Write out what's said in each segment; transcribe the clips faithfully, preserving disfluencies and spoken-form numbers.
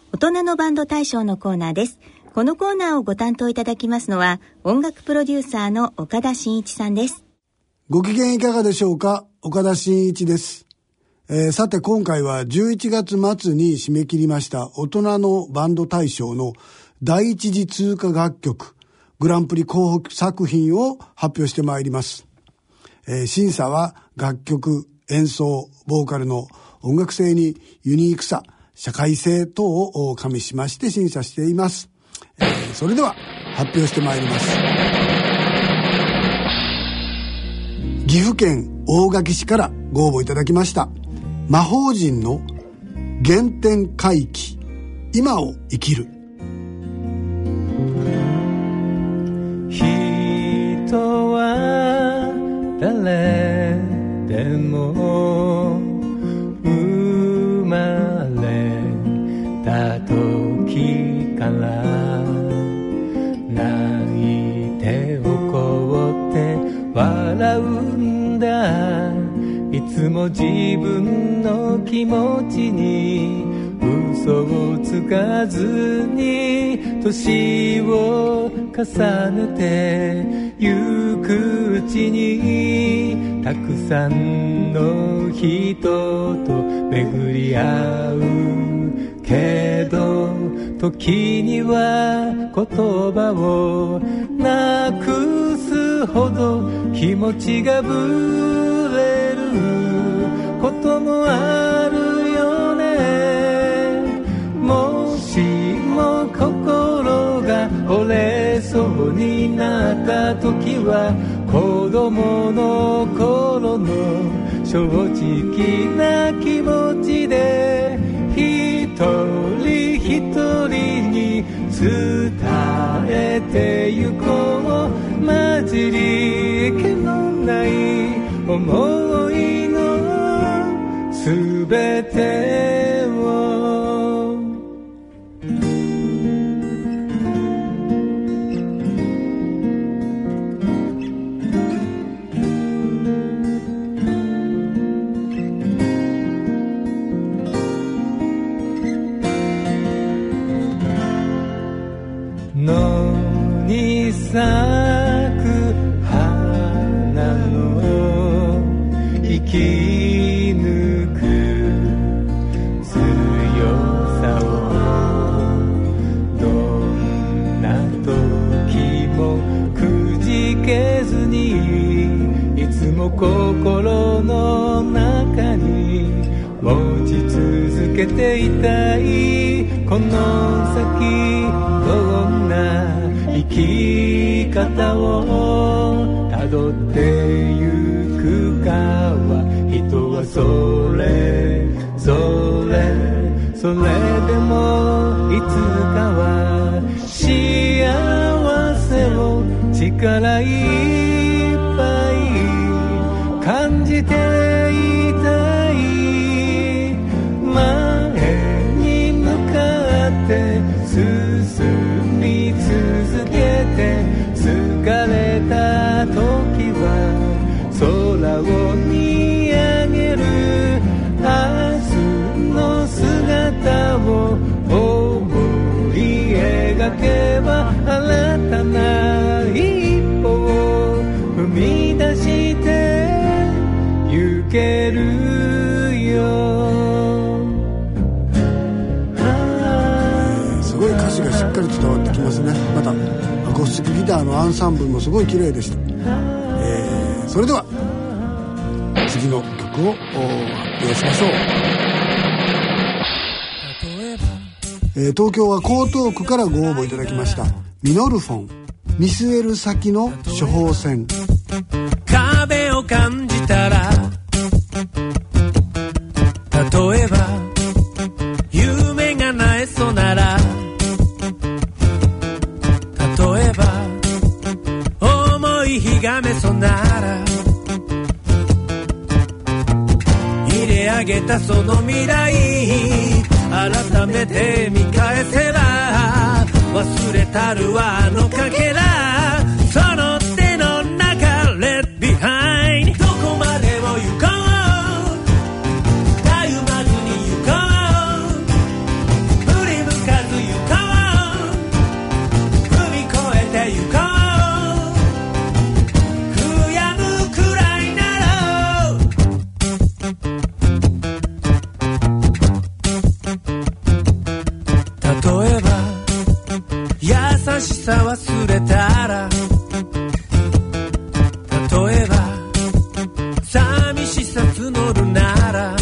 大人のバンド大賞のコーナーです。このコーナーをご担当いただきますのは音楽プロデューサーの岡田真一さんです。 ご機嫌いかがでしょうか。岡田真一です。えー、さて今回はじゅういちがつ末に締め切りました大人のバンド大賞の第一次通過楽曲グランプリ候補作品を発表してまいります。えー、審査は楽曲、演奏、ボーカルの音楽性にユニークさ、社会性等を加味しまして審査しています。えー、それでは発表してまいります。岐阜県大垣市からご応募いただきました魔法陣の原点回帰今を生きる。 人は誰でも生まれた時から泣いて怒って笑うんだ。いつも自分の気持ちに嘘をつかずに年を重ねてゆくうちにたくさんの人と巡り合うけど時には言葉をなくすほど気持ちがぶれることもあるよね。もしも心が折れそうになった時は子供の頃の正直な気持ちで一人一人に伝えてゆこう。混じり気のない思いのすべてを野に咲く花の生き抜く強さをどんな時もくじけずにいつも心の中に持ち続けていたい。この先どんな生き方をたどってゆくかは人はそれぞれ。それでもいつかは幸せを力いっぱい感じていたい。前に向かって進み続けて疲れた時は空を見上げる。明日の姿を思い描けば新たな一歩を踏み出してゆけるよ。 すごい歌詞がしっかり伝わってきますね。またアコースティックギターのアンサンブルもすごい綺麗でした。えー、それでは次の曲を発表しましょう。えー、東京は江東区からご応募いただきましたミノルフォン見据える先の処方箋。 壁を感じたら例えば夢がなえそうなら例えば思いひがめそうなら入れ上げたその未来改めて見返せば忘れたるはあのかけらその手の中 Let behind どこまでも行こうたゆまずに行こう振り向かさ忘れたら、例えば寂しさ募るなら、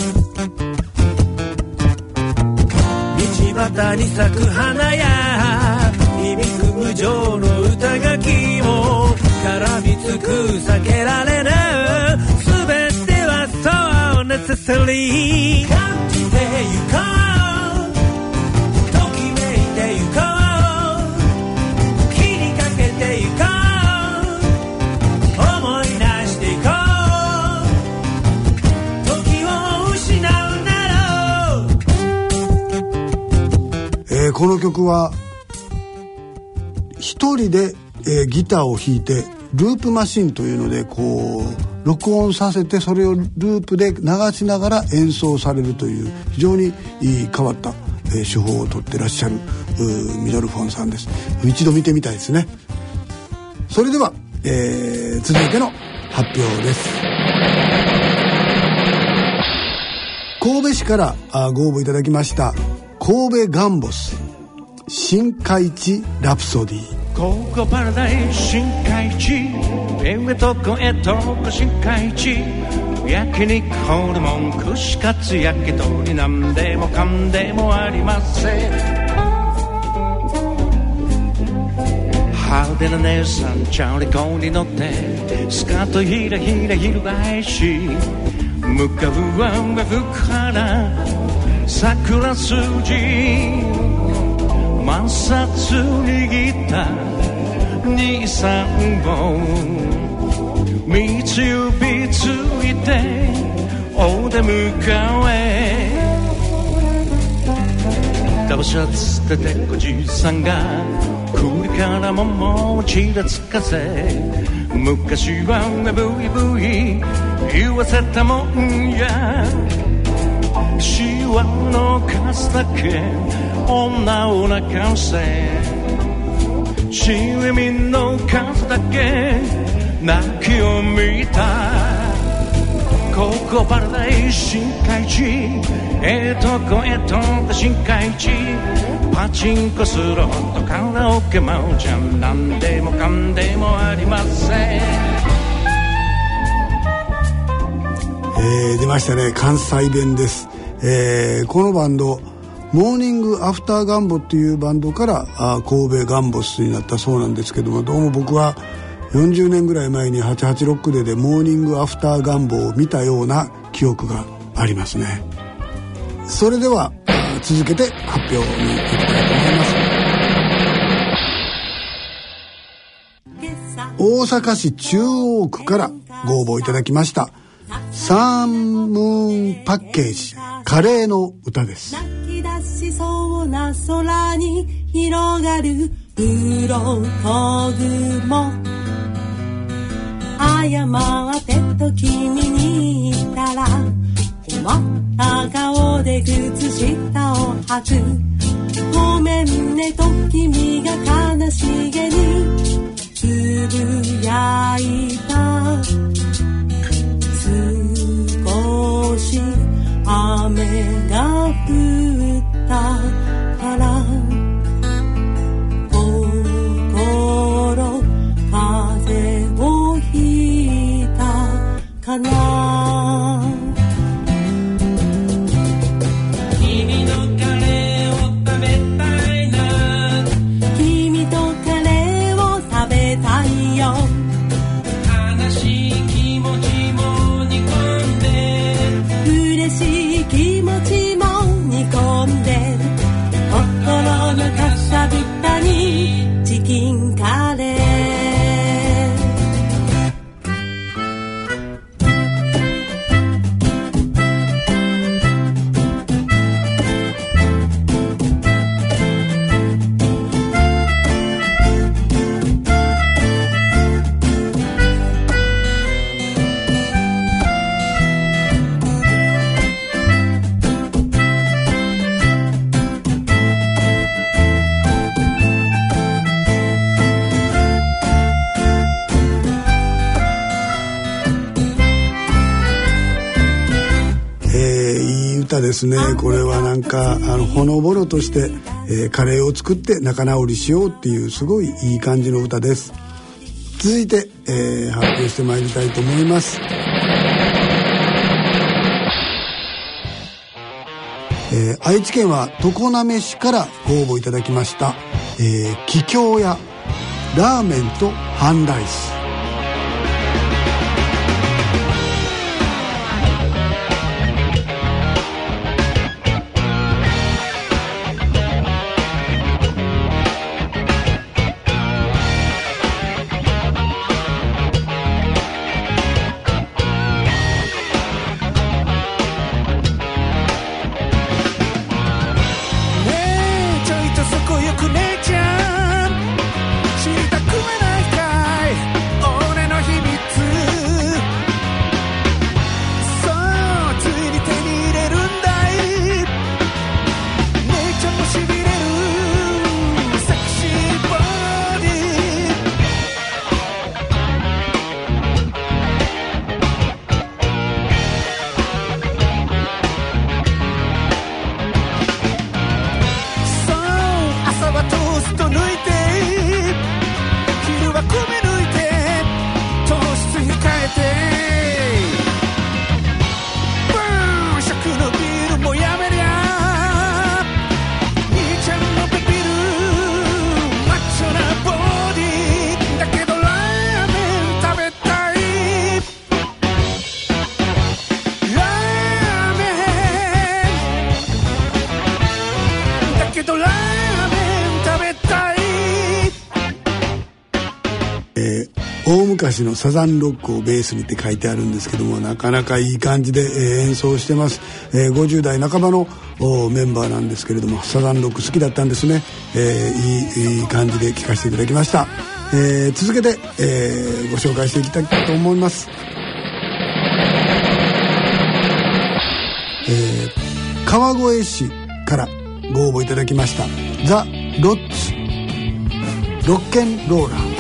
道端に咲く花や響く無情の歌がきも絡みつく避けられぬ、全てはそうネセサリー、感じてゆこう、ときめいてゆこう、気にかけてゆこう、思い出していこう、時を失うなろう。 えー、この曲は一人で、えー、ギターを弾いてループマシンというのでこう録音させて、それをループで流しながら演奏されるという非常にいい変わった、えー、手法をとってらっしゃるミドルフォンさんです。一度見てみたいですね。それでは、えー、続いての発表です。神戸市からあご応募いただきました神戸ガンボス新海地ラプソディ。 ここパラダイス新海地、上とこへとこ新海地、焼肉ホルモン串カツ焼き鳥、なんでもかんでもありません。派手な姉さんチャリコに乗ってスカートひらひら翻し、向かうは福原桜筋、摩擦握った兄さんを三つ指ついてお出迎え、ダボシャツでてこじさんが首から桃をちらつかせ、昔はブイブイ言わせたもんや、シワの数だけ女を泣かせ、茂みの数だけ泣きを見た。ここパラダイス新海地、ええとこへとんだ新海地、パチンコスロットカラオケマウジャン、なんでもかんでもありません。 えー、出ましたね、関西弁です。えー、このバンドモーニングアフターガンボっていうバンドからあ神戸ガンボスになったそうなんですけども、どうも僕はよんじゅうねんぐらい前にはちはちろくででモーニングアフターガンボを見たような記憶がありますね。それでは続けて発表に行きたいと思います。大阪市中央区からご応募いただきましたサンムーンパッケージカレーの歌です。 泣き出しそうな空に広がる鱗雲、誤ってと君に言ったら困った顔で靴下を履く、ごめんねと君が悲しげにつぶやいた。少し雨が降ったから心風邪をひいたかな。君のカレーを食べたいな、君とカレーですね。これはなんかあのほのぼのとして、えー、カレーを作って仲直りしようっていうすごいいい感じの歌です。続いて、えー、発表してまいりたいと思います。えー、愛知県は常滑市からご応募いただきました、えー、桔梗屋ラーメンと半ライス。大昔のサザンロックをベースにって書いてあるんですけども、なかなかいい感じで、えー、演奏してます、えー、ごじゅう代半ばのメンバーなんですけれども、サザンロック好きだったんですね、えー、いい、いい感じで聴かせていただきました、えー、続けて、えー、ご紹介していきたいと思います。えー、川越市からご応募いただきましたザ・ロッツロッケンローラー。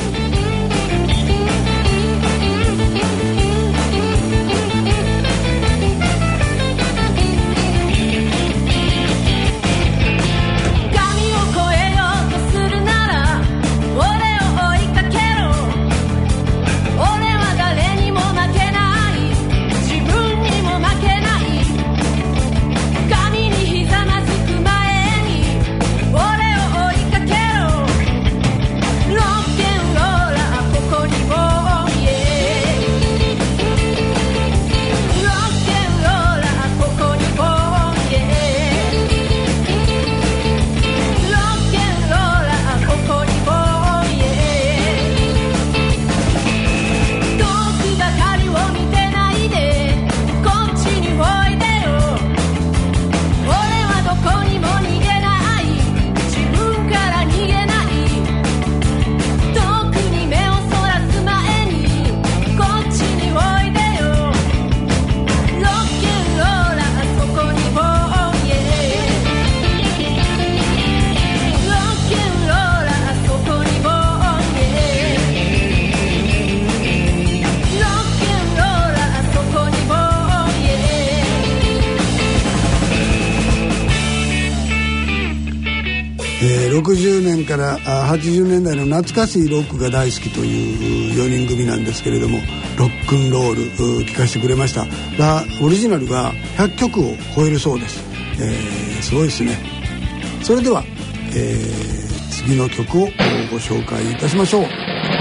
ろくじゅうねんからはちじゅうねんだいの懐かしいロックが大好きというよにん組なんですけれども、ロックンロール聴かせてくれました。オリジナルがひゃっきょくを超えるそうです、えー、すごいですね。それでは、えー、次の曲をご紹介いたしましょう。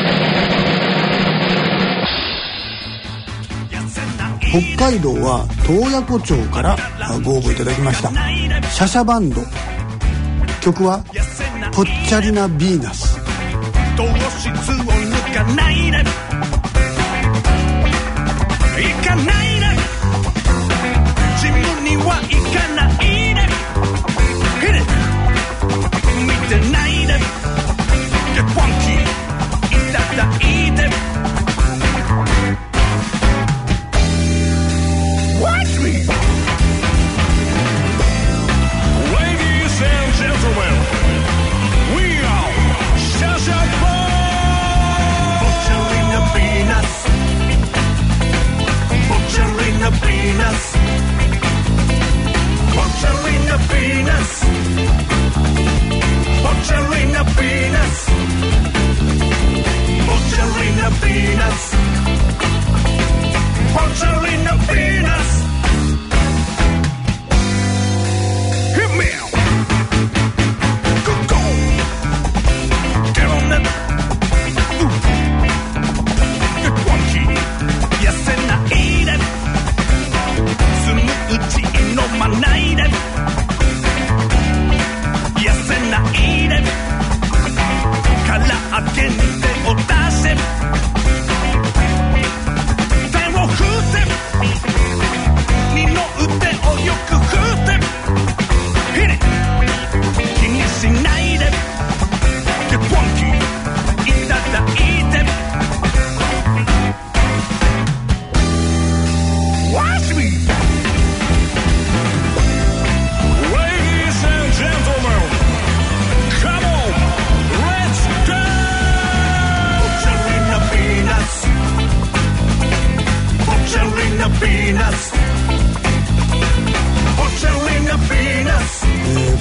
北海道は洞爺湖町からご応募いただきましたシャシャバンド。曲はぽっちゃりなヴィーナス。糖質を抜かないで行かないでジムには行かないでヒデ見てないで Get funky いただいて Watch me Ladies and gentlemen, we are Shasha Band.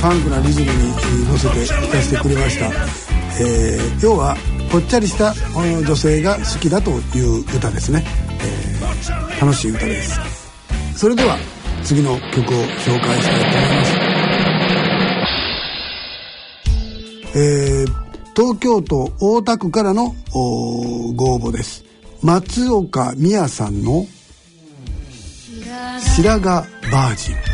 ファンクなリズムに乗せて聴かせてくれました。えー、要はぽっちゃりした女性が好きだという歌ですね。えー、楽しい歌です。それでは次の曲を紹介したいと思います。えー、東京都大田区からのご応募です。松岡美也さんの白髪バージン。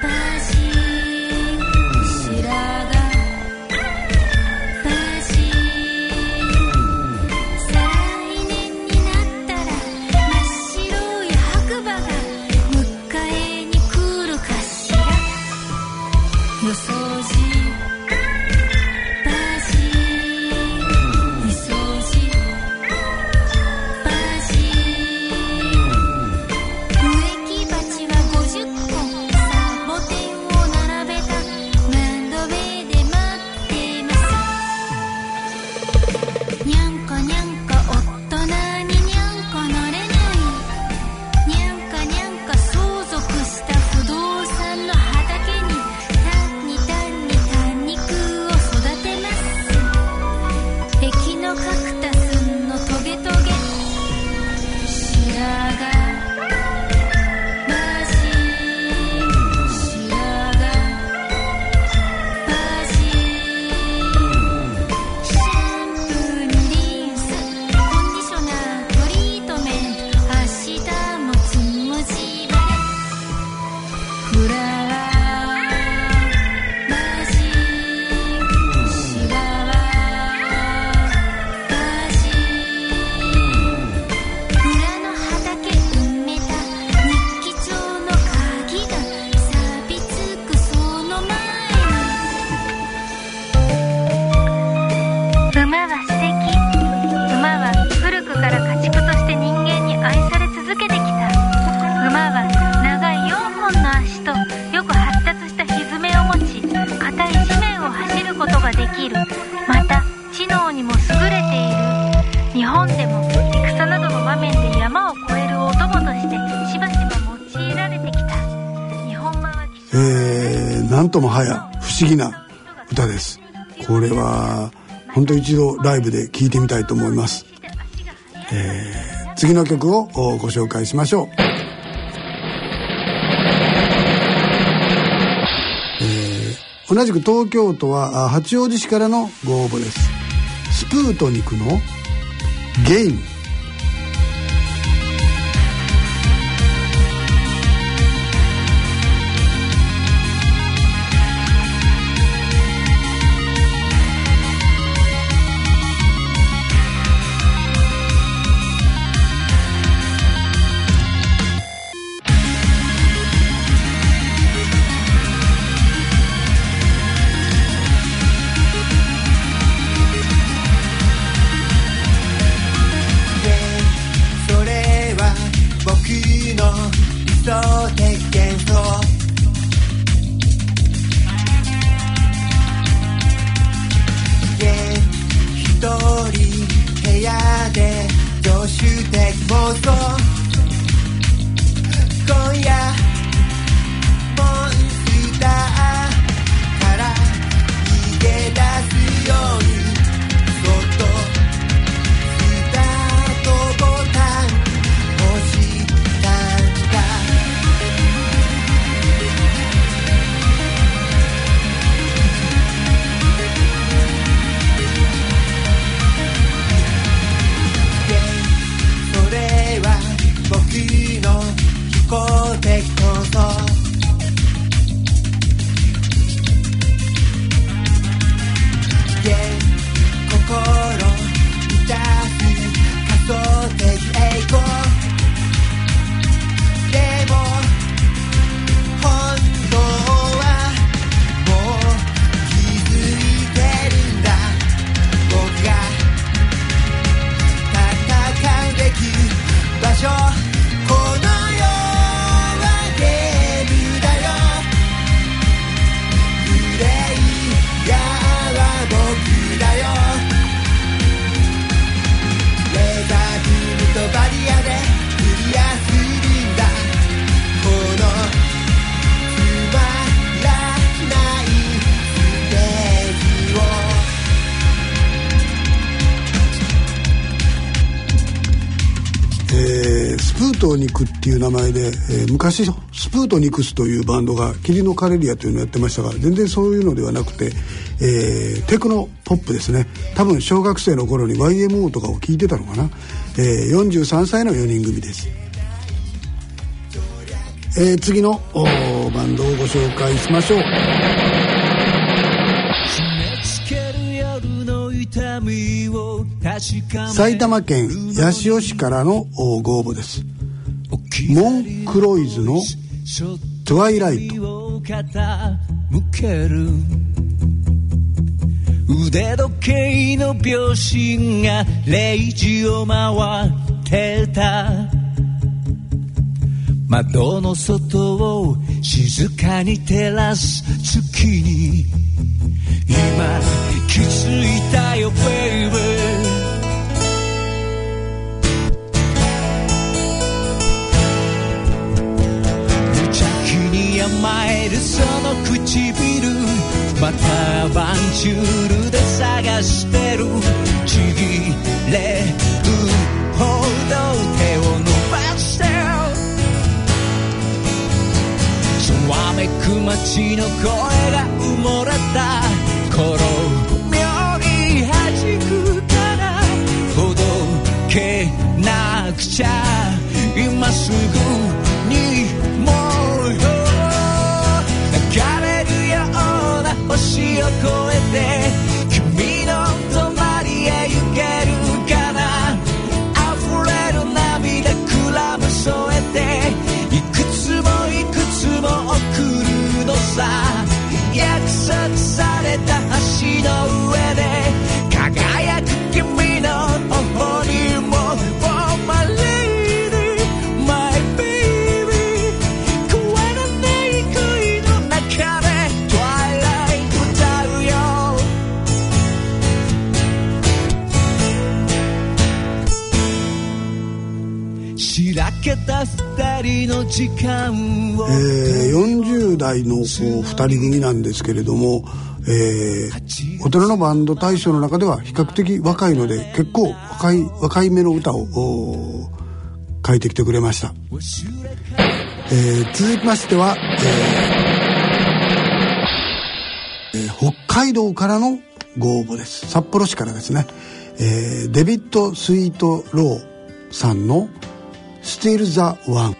なんともはや不思議な歌です。これは本当一度ライブで聴いてみたいと思います。えー、次の曲をご紹介しましょう。えー、同じく東京都は八王子市からのご応募です。スプートニクのゲイム。 それはトニクっていう名前で、えー、昔スプートニクスというバンドがキリノカレリアというのをやってましたが、全然そういうのではなくて、えー、テクノポップですね。多分小学生の頃に ワイエムオー とかを聞いてたのかな、えー、よんじゅうさんさいのよにん組です。えー、次のバンドをご紹介しましょう。埼玉県八潮市からのご応募です。モンクロイズのトワイライト。 腕時計の秒針がれいじを回ってた。窓の外を静かに照らす月に今気づいたよベイベー。無邪気に甘えるその唇、またアバンチュールで探してる。ちぎれるほど手を伸ばしてわめく街の声が埋もれた頃、妙に弾くからほどけなくちゃ今すぐにもう流れるような星を越えて君の隣へ行けるかな。溢れる涙くらむ添えていくつもいくつも送るのさ。約束された橋の上で輝く君の頬にも Oh my lady my baby 壊らない恋の中で Twilight 歌うよ。しらけた二人の時間を、 えー、よんじゅう代のふたり組なんですけれども、えー、大人のバンド大賞の中では比較的若いので結構若い若いめの歌を書いてきてくれました。えー、続きましては、えーえー、北海道からのご応募です。札幌市からですね、えー、デビッド・スイート・ローさんのStill the One。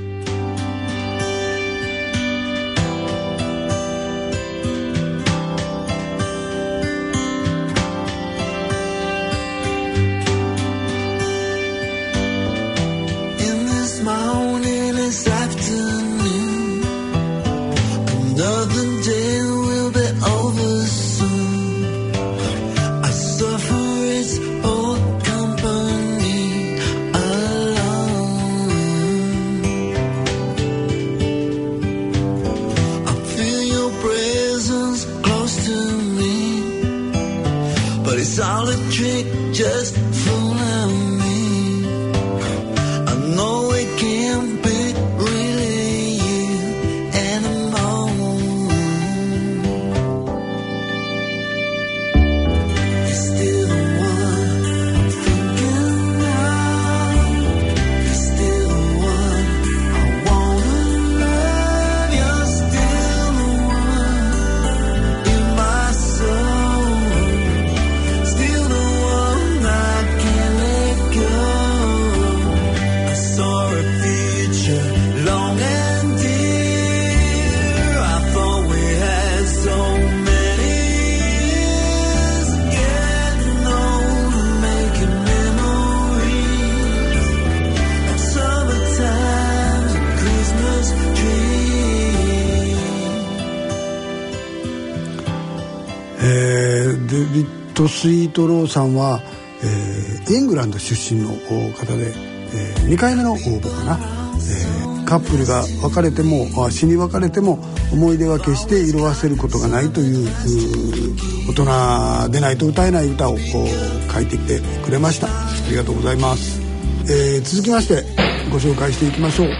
スイートローさんは、えー、イングランド出身の方で、えー、にかいめの応募かな、えー、カップルが別れても死に別れても思い出は決して色あせることがないという大人でないと歌えない歌を書いてきてくれました。ありがとうございます。えー、続きましてご紹介していきましょう。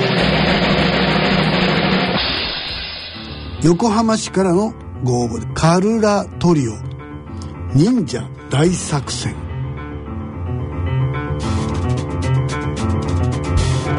横浜市からのご応募でカルラトリオ忍者大作戦。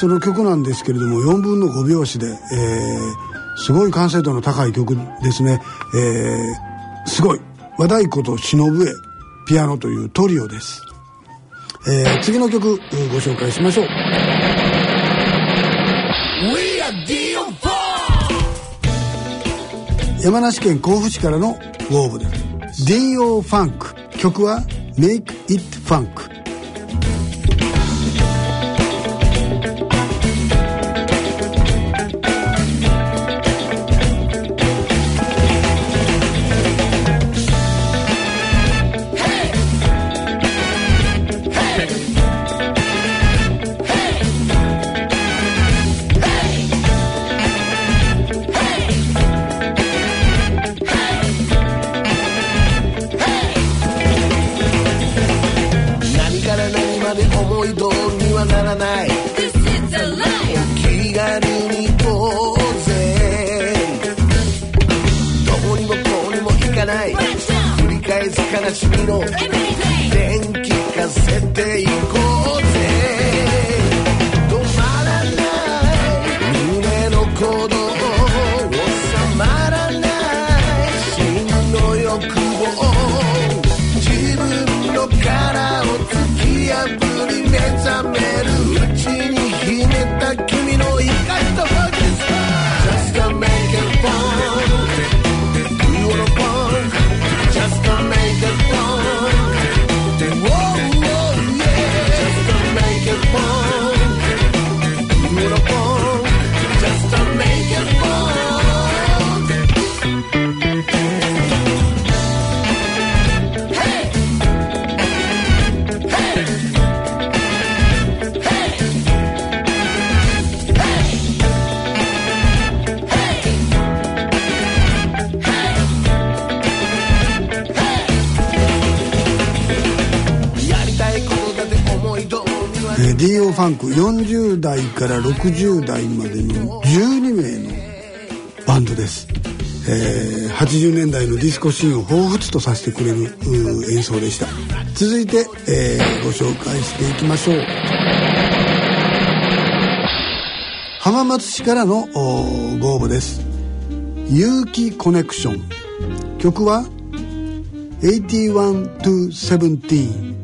その曲なんですけれどもよんぶんのごびょうしで、えー、すごい完成度の高い曲ですね、えー、すごい和太鼓と篠笛ピアノというトリオです。えー、次の曲ご紹介しましょう。 We are ディオ ファンク山梨県甲府市からのご応募です。 ディオ ファンク、曲は Make It Funk。 悲しみの電気化せていこうぜ。止まらない胸の鼓動、収まらない真の欲望、自分の殻を突き破り目覚めるうちに秘めた君の生かしたファンです。 Just a make it fun, you wanna fun, just a make it fun. Whoa, whoa, yeah. Just to make it fun. You wanna fun, just to make it fun. Hey, hey, hey, ディオ ファンク、よんじゅうだいからろくじゅうだいまでのじゅうにめいのバンドです。えー、はちじゅうねんだいのディスコシーンを彷彿とさせてくれる演奏でした。続いて、えー、ご紹介していきましょう。浜松市からのご応募です。有機コネクション、曲ははちじゅういちとじゅうなな。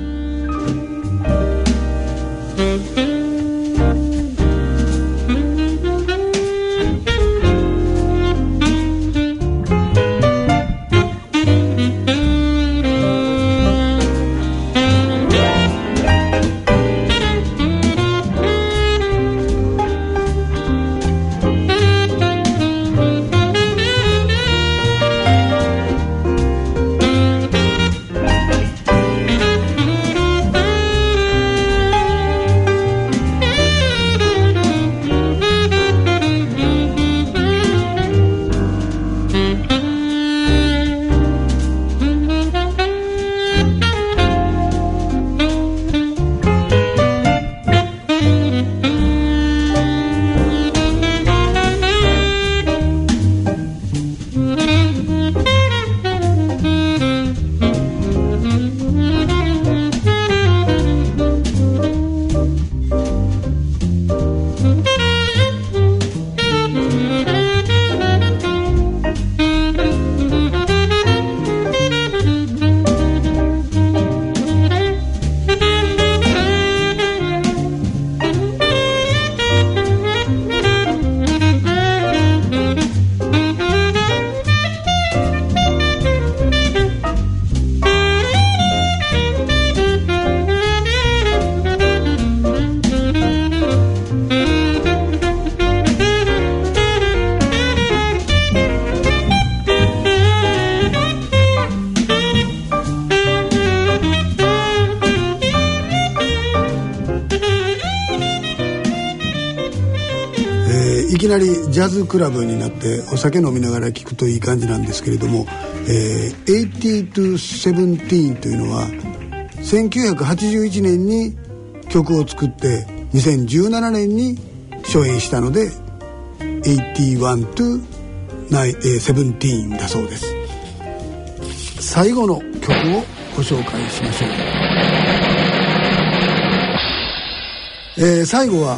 いきなりジャズクラブになってお酒飲みながら聴くといい感じなんですけれども、えー、はちじゅうとじゅうななというのはせんきゅうひゃくはちじゅういちねんに曲を作ってにせんじゅうななねんに初演したのではちじゅういちとじゅうななだそうです。最後の曲をご紹介しましょう。えー、最後は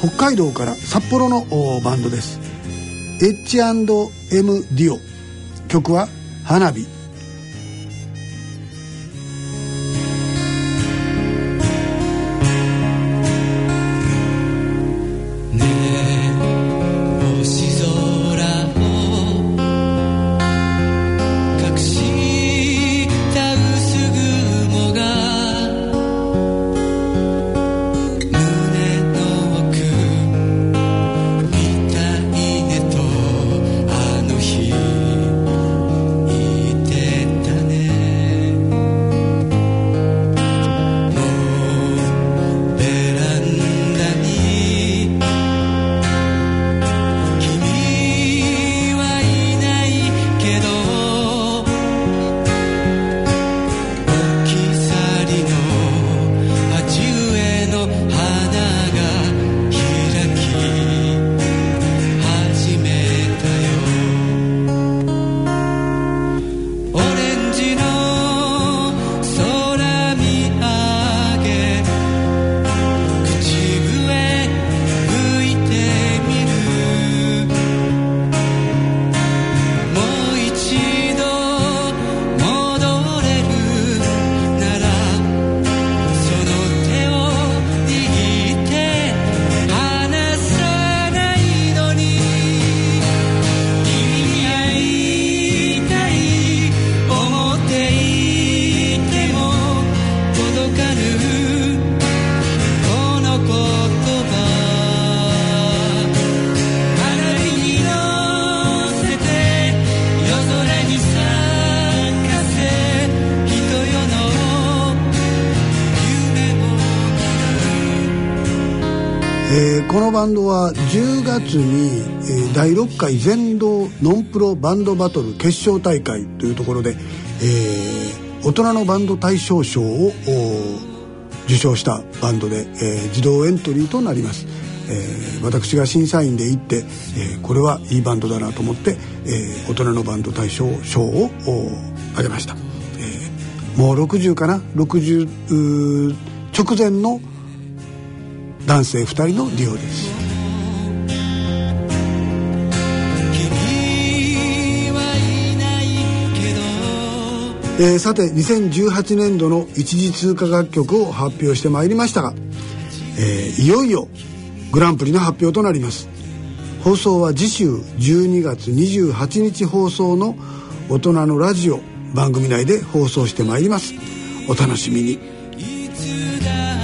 北海道から札幌のバンドです。 エイチアンドエム デュオ、曲は花火。えー、このバンドはじゅうがつに、えー、だいろっかい全道ノンプロバンドバトル決勝大会というところで、えー、大人のバンド大賞賞を受賞したバンドで、えー、自動エントリーとなります。えー、私が審査員で行って、えー、これはいいバンドだなと思って、えー、大人のバンド大賞賞をあげました。えー、もうろくじゅうかな、ろくじゅう直前の男性ふたりのデュオです。えー、さてにせんじゅうはちねんどの一次通過楽曲を発表してまいりましたが、えー、いよいよグランプリの発表となります。放送は次週じゅうにがつにじゅうはちにち放送の大人のラジオ番組内で放送してまいります。お楽しみに。